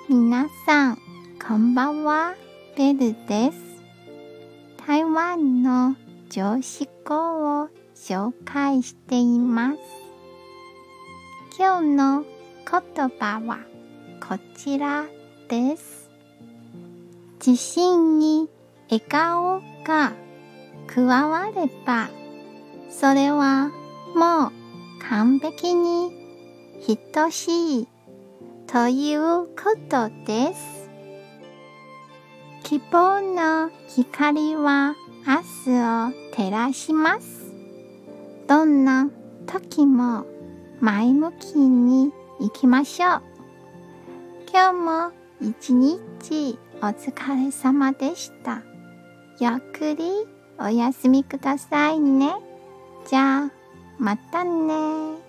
皆さん、こんばんは。ベルです。台湾の常識語を紹介しています。今日の言葉はこちらです。自信に笑顔が加われば、それはもう完璧に等しいということです。希望の光は明日を照らします。どんな時も前向きに行きましょう。今日も一日お疲れ様でした。ゆっくりお休みくださいね。じゃあ、またね。